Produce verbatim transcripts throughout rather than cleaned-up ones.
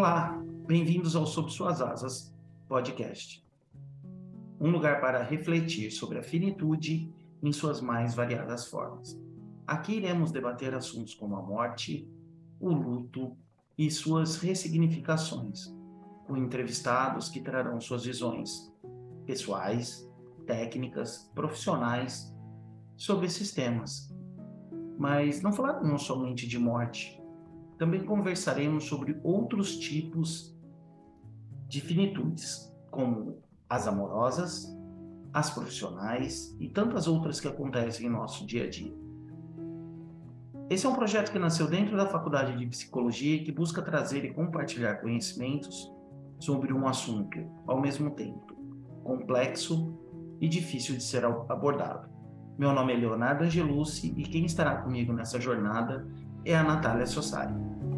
Olá, bem-vindos ao Sob Suas Asas podcast. Um lugar para refletir sobre a finitude em suas mais variadas formas. Aqui iremos debater assuntos como a morte, o luto e suas ressignificações, com entrevistados que trarão suas visões pessoais, técnicas, profissionais sobre esses temas. Mas não falaremos somente de morte. Também conversaremos sobre outros tipos de finitudes, como as amorosas, as profissionais e tantas outras que acontecem em nosso dia a dia. Esse é um projeto que nasceu dentro da Faculdade de Psicologia e que busca trazer e compartilhar conhecimentos sobre um assunto, ao mesmo tempo, complexo e difícil de ser abordado. Meu nome é Leonardo Angelucci e quem estará comigo nessa jornada é a Natália Sossari.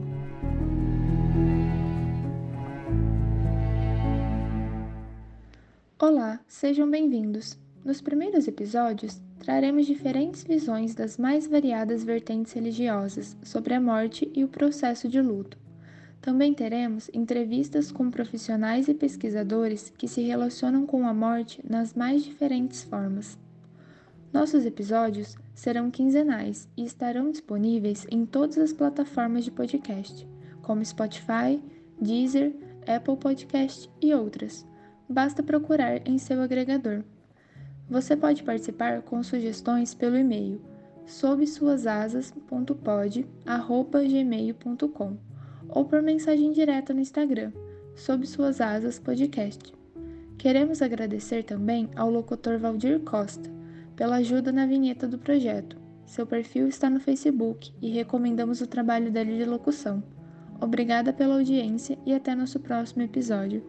Olá, sejam bem-vindos. Nos primeiros episódios, traremos diferentes visões das mais variadas vertentes religiosas sobre a morte e o processo de luto. Também teremos entrevistas com profissionais e pesquisadores que se relacionam com a morte nas mais diferentes formas. Nossos episódios serão quinzenais e estarão disponíveis em todas as plataformas de podcast, como Spotify, Deezer, Apple Podcast e outras. Basta procurar em seu agregador. Você pode participar com sugestões pelo e-mail sob suas asas ponto pod arroba gmail ponto com ou por mensagem direta no Instagram, Sob Suas Asas Podcast. Queremos agradecer também ao locutor Valdir Costa pela ajuda na vinheta do projeto. Seu perfil está no Facebook e recomendamos o trabalho dele de locução. Obrigada pela audiência e até nosso próximo episódio.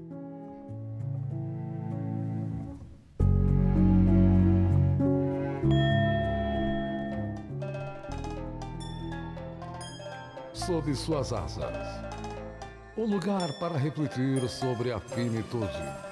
Sob Suas Asas, um lugar para refletir sobre a finitude.